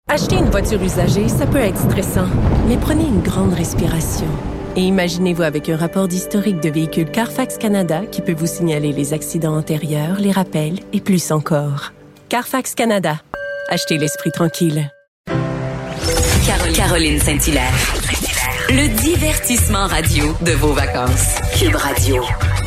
Acheter une voiture usagée, ça peut être stressant, mais prenez une grande respiration. Et imaginez-vous avec un rapport d'historique de véhicule Carfax Canada qui peut vous signaler les accidents antérieurs, les rappels et plus encore. Carfax Canada. Achetez l'esprit tranquille. Caroline Saint-Hilaire. Le divertissement radio de vos vacances. Cube Radio.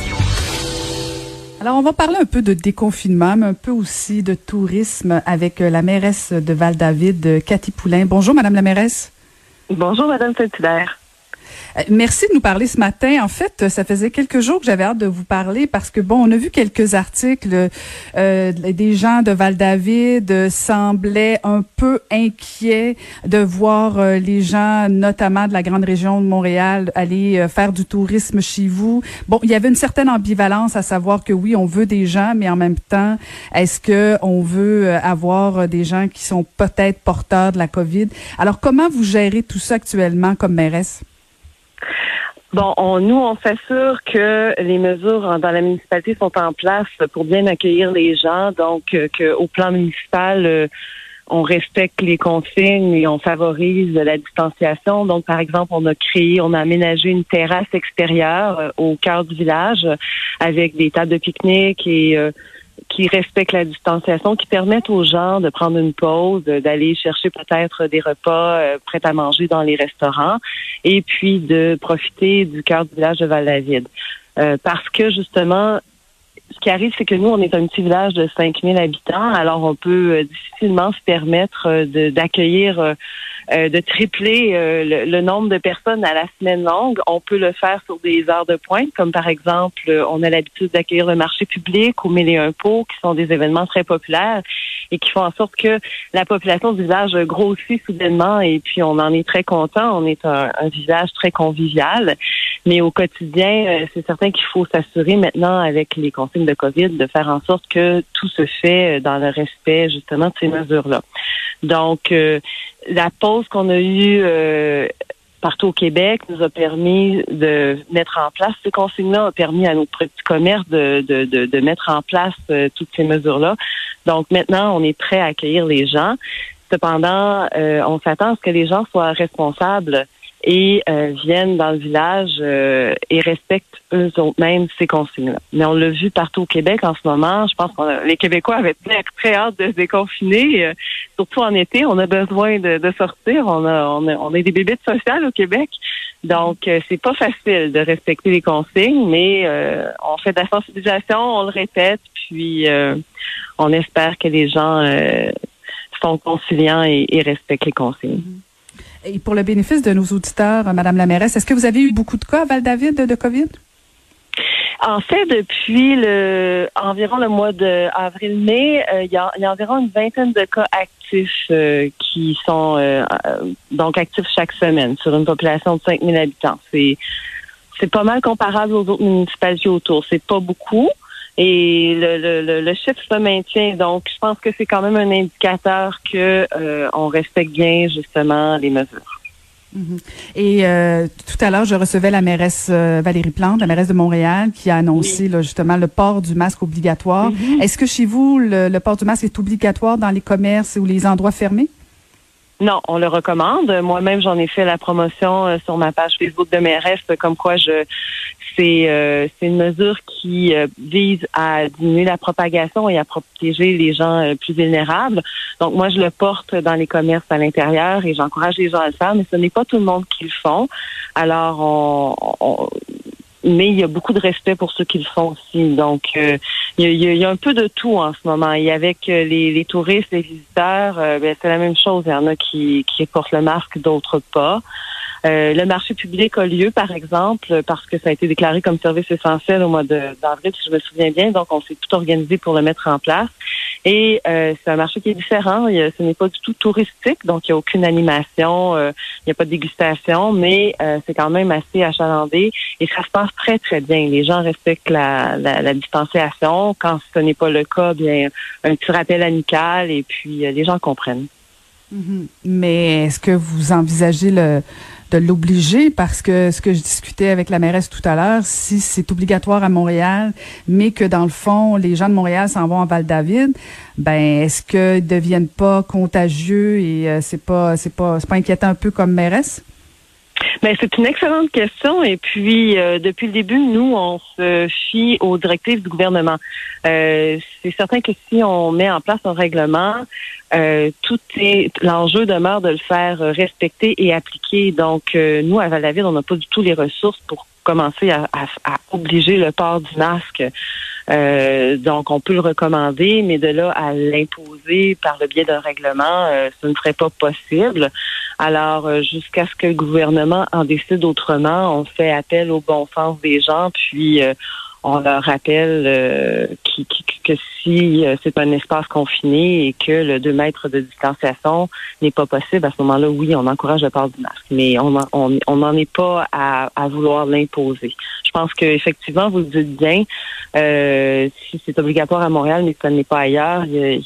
Alors, on va parler un peu de déconfinement, mais un peu aussi de tourisme avec la mairesse de Val-David, Cathy Poulain. Bonjour, Madame la mairesse. Bonjour, Madame Saint-Hilaire. Merci de nous parler ce matin. En fait, ça faisait quelques jours que j'avais hâte de vous parler parce que, bon, on a vu quelques articles des gens de Val-David semblaient un peu inquiets de voir les gens, notamment de la grande région de Montréal, aller faire du tourisme chez vous. Bon, il y avait une certaine ambivalence à savoir que oui, on veut des gens, mais en même temps, est-ce que on veut avoir des gens qui sont peut-être porteurs de la COVID? Alors, comment vous gérez tout ça actuellement comme mairesse? Bon, nous, on s'assure que les mesures dans la municipalité sont en place pour bien accueillir les gens. Donc, qu'au plan municipal, on respecte les consignes et on favorise la distanciation. Donc, par exemple, on a aménagé une terrasse extérieure au cœur du village avec des tables de pique-nique et qui respectent la distanciation, qui permettent aux gens de prendre une pause, d'aller chercher peut-être des repas prêts à manger dans les restaurants et puis de profiter du cœur du village de Val-David. Parce que justement, ce qui arrive, c'est que nous, on est un petit village de 5000 habitants, alors on peut difficilement se permettre d'accueillir de tripler le nombre de personnes à la semaine longue. On peut le faire sur des heures de pointe, comme par exemple, on a l'habitude d'accueillir le marché public ou Mille et un pots, qui sont des événements très populaires et qui font en sorte que la population du village grossit soudainement et puis on en est très content. On est un village très convivial, mais au quotidien, c'est certain qu'il faut s'assurer maintenant avec les consignes de COVID de faire en sorte que tout se fait dans le respect justement de ces mesures-là. Donc, la pause qu'on a eue partout au Québec nous a permis de mettre en place ces consignes-là, a permis à nos petits commerces de mettre en place toutes ces mesures-là. Donc maintenant, on est prêt à accueillir les gens. Cependant, on s'attend à ce que les gens soient responsables et viennent dans le village et respectent eux-mêmes ces consignes-là. Mais on l'a vu partout au Québec en ce moment. Je pense que les Québécois avaient très hâte de se déconfiner. Surtout en été, on a besoin de sortir. On est des bébés sociales au Québec. Donc, c'est pas facile de respecter les consignes, mais on fait de la sensibilisation, on le répète, puis on espère que les gens sont conciliants et respectent les consignes. Et pour le bénéfice de nos auditeurs, Madame la mairesse, est-ce que vous avez eu beaucoup de cas à Val-David de COVID? En fait, depuis environ le mois d'avril-mai, il y a environ une vingtaine de cas actifs qui sont donc actifs chaque semaine sur une population de 5000 habitants. C'est pas mal comparable aux autres municipalités autour. C'est pas beaucoup. Et le chiffre se maintient. Donc, je pense que c'est quand même un indicateur que on respecte bien justement les mesures. Mm-hmm. Et tout à l'heure, je recevais la mairesse Valérie Plante, la mairesse de Montréal, qui a annoncé là, justement le port du masque obligatoire. Mm-hmm. Est-ce que chez vous, le port du masque est obligatoire dans les commerces ou les endroits fermés? Non, on le recommande. Moi-même, j'en ai fait la promotion sur ma page Facebook de mairesse, comme quoi c'est une mesure qui vise à diminuer la propagation et à protéger les gens plus vulnérables. Donc, moi, je le porte dans les commerces à l'intérieur et j'encourage les gens à le faire, mais ce n'est pas tout le monde qui le font. Alors, mais il y a beaucoup de respect pour ceux qui le font aussi. Donc, il y a un peu de tout en ce moment. Et avec les touristes, les visiteurs, c'est la même chose. Il y en a qui portent le masque, d'autres pas. Le marché public a lieu, par exemple, parce que ça a été déclaré comme service essentiel au mois d'avril, si je me souviens bien. Donc, on s'est tout organisé pour le mettre en place. Et c'est un marché qui est différent. Ce n'est pas du tout touristique, donc il n'y a aucune animation, il n'y a pas de dégustation, mais c'est quand même assez achalandé et ça se passe très, très bien. Les gens respectent la distanciation. Quand ce n'est pas le cas, bien un petit rappel amical et puis les gens comprennent. Mm-hmm. Mais est-ce que vous envisagez de l'obliger? Parce que ce que je discutais avec la mairesse tout à l'heure, si c'est obligatoire à Montréal, mais que dans le fond, les gens de Montréal s'en vont à Val-David, ben est-ce qu'ils deviennent pas contagieux et c'est pas inquiétant un peu comme mairesse? Ben, c'est une excellente question. Et puis, depuis le début, nous, on se fie aux directives du gouvernement. C'est certain que si on met en place un règlement, l'enjeu demeure de le faire respecter et appliquer. Donc, nous, à Val-David, on n'a pas du tout les ressources pour commencer à obliger le port du masque. Donc, on peut le recommander, mais de là à l'imposer par le biais d'un règlement, ce ne serait pas possible. Alors, jusqu'à ce que le gouvernement en décide autrement, on fait appel au bon sens des gens, puis on leur rappelle que si c'est un espace confiné et que le 2 mètres de distanciation n'est pas possible, à ce moment-là, oui, on encourage le port du masque, mais on n'en est pas à vouloir l'imposer. Je pense que effectivement, vous le dites bien, si c'est obligatoire à Montréal, mais que ça n'est pas ailleurs,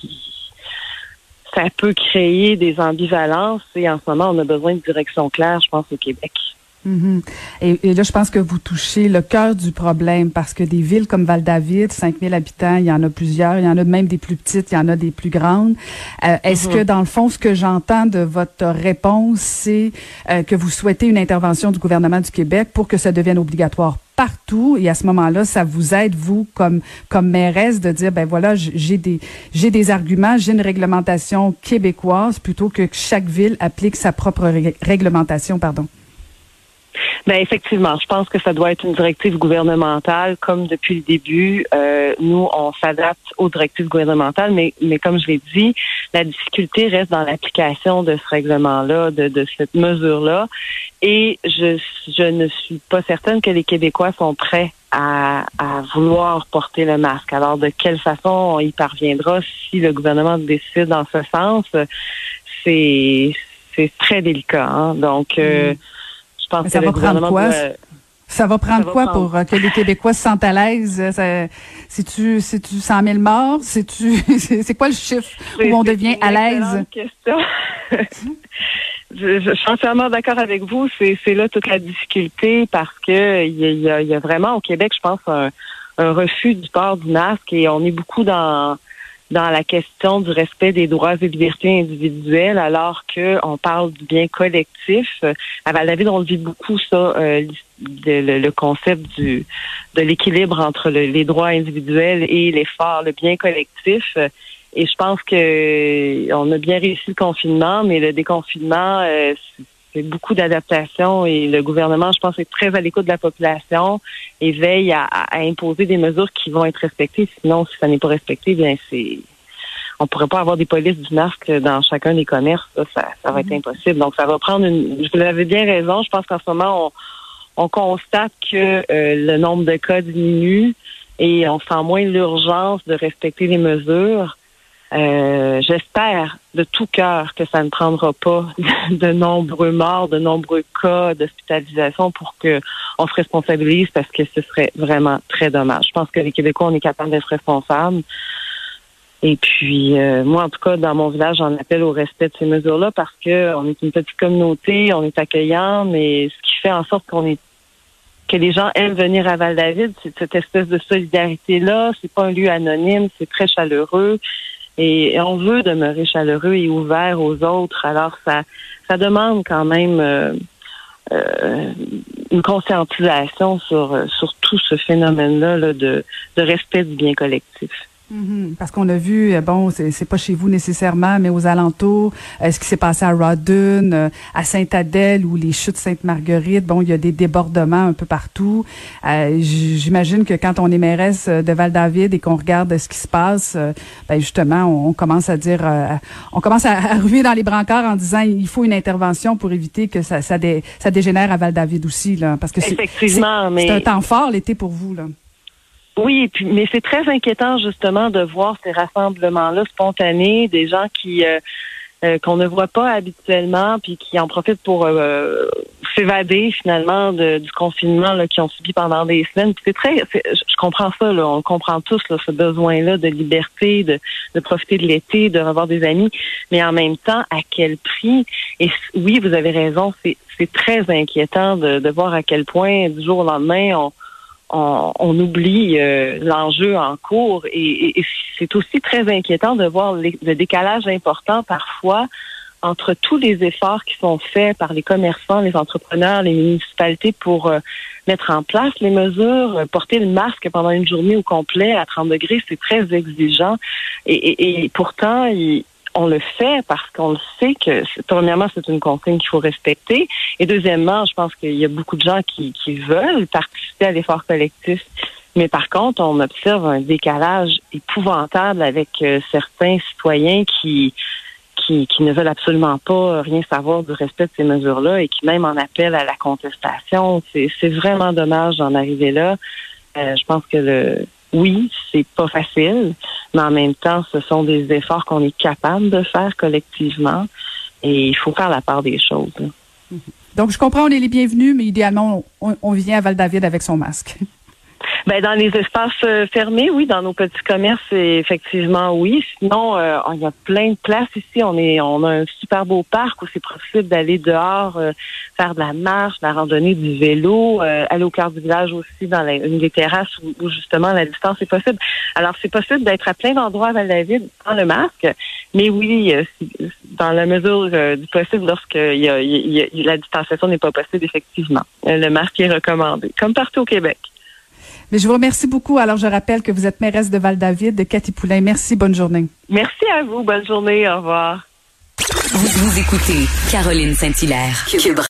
ça peut créer des ambivalences et en ce moment, on a besoin de direction claire, je pense, au Québec. Mm-hmm. Et là, je pense que vous touchez le cœur du problème parce que des villes comme Val-David, 5000 habitants, il y en a plusieurs, il y en a même des plus petites, il y en a des plus grandes. Est-ce que, dans le fond, ce que j'entends de votre réponse, c'est que vous souhaitez une intervention du gouvernement du Québec pour que ça devienne obligatoire partout et à ce moment-là, ça vous aide, vous, comme mairesse, de dire, ben voilà, j'ai des arguments, j'ai une réglementation québécoise plutôt que chaque ville applique sa propre réglementation, pardon. Ben effectivement, je pense que ça doit être une directive gouvernementale, comme depuis le début. Nous, on s'adapte aux directives gouvernementales, mais comme je l'ai dit, la difficulté reste dans l'application de ce règlement-là, de cette mesure-là. Et je ne suis pas certaine que les Québécois sont prêts à vouloir porter le masque. Alors, de quelle façon on y parviendra si le gouvernement décide dans ce sens? C'est très délicat. Hein? Donc, je pense ça que va prendre quoi? Ça va prendre quoi pour que les Québécois se sentent à l'aise? C'est-tu 100 000 morts? C'est quoi le chiffre où on devient à l'aise? Question. Je suis entièrement d'accord avec vous. C'est là toute la difficulté parce que il y a vraiment au Québec, je pense, un refus du port du masque et on est beaucoup dans la question du respect des droits et libertés individuelles, alors que on parle du bien collectif. À Val-David, on le vit beaucoup, ça, le concept de l'équilibre entre les droits individuels et l'effort, le bien collectif. Et je pense que on a bien réussi le confinement, mais le déconfinement, c'est beaucoup d'adaptation et le gouvernement, je pense, est très à l'écoute de la population et veille à imposer des mesures qui vont être respectées. Sinon, si ça n'est pas respecté, bien on pourrait pas avoir des polices du masque dans chacun des commerces. Ça va être impossible. Donc, ça va prendre vous avez bien raison. Je pense qu'en ce moment, on constate que le nombre de cas diminue et on sent moins l'urgence de respecter les mesures. J'espère de tout cœur que ça ne prendra pas de nombreux morts, de nombreux cas d'hospitalisation pour que on se responsabilise parce que ce serait vraiment très dommage. Je pense que les Québécois, on est capable d'être responsables. Et puis, moi, en tout cas, dans mon village, j'en appelle au respect de ces mesures-là parce que on est une petite communauté, on est accueillant, mais ce qui fait en sorte que les gens aiment venir à Val-David, c'est cette espèce de solidarité-là. C'est pas un lieu anonyme, c'est très chaleureux. Et on veut demeurer chaleureux et ouvert aux autres. Alors, ça demande quand même une conscientisation sur tout ce phénomène-là là, de respect du bien collectif. Mm-hmm. Parce qu'on a vu, bon, c'est pas chez vous nécessairement, mais aux alentours, ce qui s'est passé à Rawdon, à Sainte-Adèle ou les chutes Sainte-Marguerite, bon, il y a des débordements un peu partout. J'imagine que quand on est mairesse de Val-David et qu'on regarde ce qui se passe, ben justement, on commence à dire, on commence à ruer dans les brancards en disant il faut une intervention pour éviter que ça dégénère à Val-David aussi, là, parce que c'est un temps fort l'été pour vous, là. Oui, mais c'est très inquiétant justement de voir ces rassemblements-là spontanés, des gens qui qu'on ne voit pas habituellement, puis qui en profitent pour s'évader finalement du confinement là, qu'ils ont subi pendant des semaines. Puis je comprends ça, là, on comprend tous là, ce besoin-là de liberté, de profiter de l'été, de revoir des amis, mais en même temps, à quel prix? Et oui, vous avez raison, c'est très inquiétant de voir à quel point du jour au lendemain on oublie l'enjeu en cours et c'est aussi très inquiétant de voir le décalage important parfois entre tous les efforts qui sont faits par les commerçants, les entrepreneurs, les municipalités pour mettre en place les mesures, porter le masque pendant une journée au complet à 30 degrés, c'est très exigeant et pourtant on le fait parce qu'on le sait que, premièrement, c'est une consigne qu'il faut respecter. Et deuxièmement, je pense qu'il y a beaucoup de gens qui veulent participer à l'effort collectif. Mais par contre, on observe un décalage épouvantable avec certains citoyens qui ne veulent absolument pas rien savoir du respect de ces mesures-là et qui même en appellent à la contestation. C'est vraiment dommage d'en arriver là. Je pense que oui, c'est pas facile, mais en même temps, ce sont des efforts qu'on est capable de faire collectivement et il faut faire la part des choses. Donc, je comprends, on est les bienvenus, mais idéalement, on vient à Val-David avec son masque. Ben dans les espaces fermés, oui, dans nos petits commerces, effectivement, oui. Sinon, il y a plein de places ici. On a un super beau parc où c'est possible d'aller dehors, faire de la marche, de la randonnée, du vélo, aller au cœur du village aussi, dans une des terrasses où justement la distance est possible. Alors, c'est possible d'être à plein d'endroits à Val-David sans le masque, mais oui, dans la mesure du possible, lorsque la distanciation n'est pas possible, effectivement, le masque est recommandé, comme partout au Québec. Mais je vous remercie beaucoup. Alors, je rappelle que vous êtes mairesse de Val-David, Cathy Poulain. Merci, bonne journée. Merci à vous, bonne journée, au revoir. Vous écoutez Caroline Saint-Hilaire.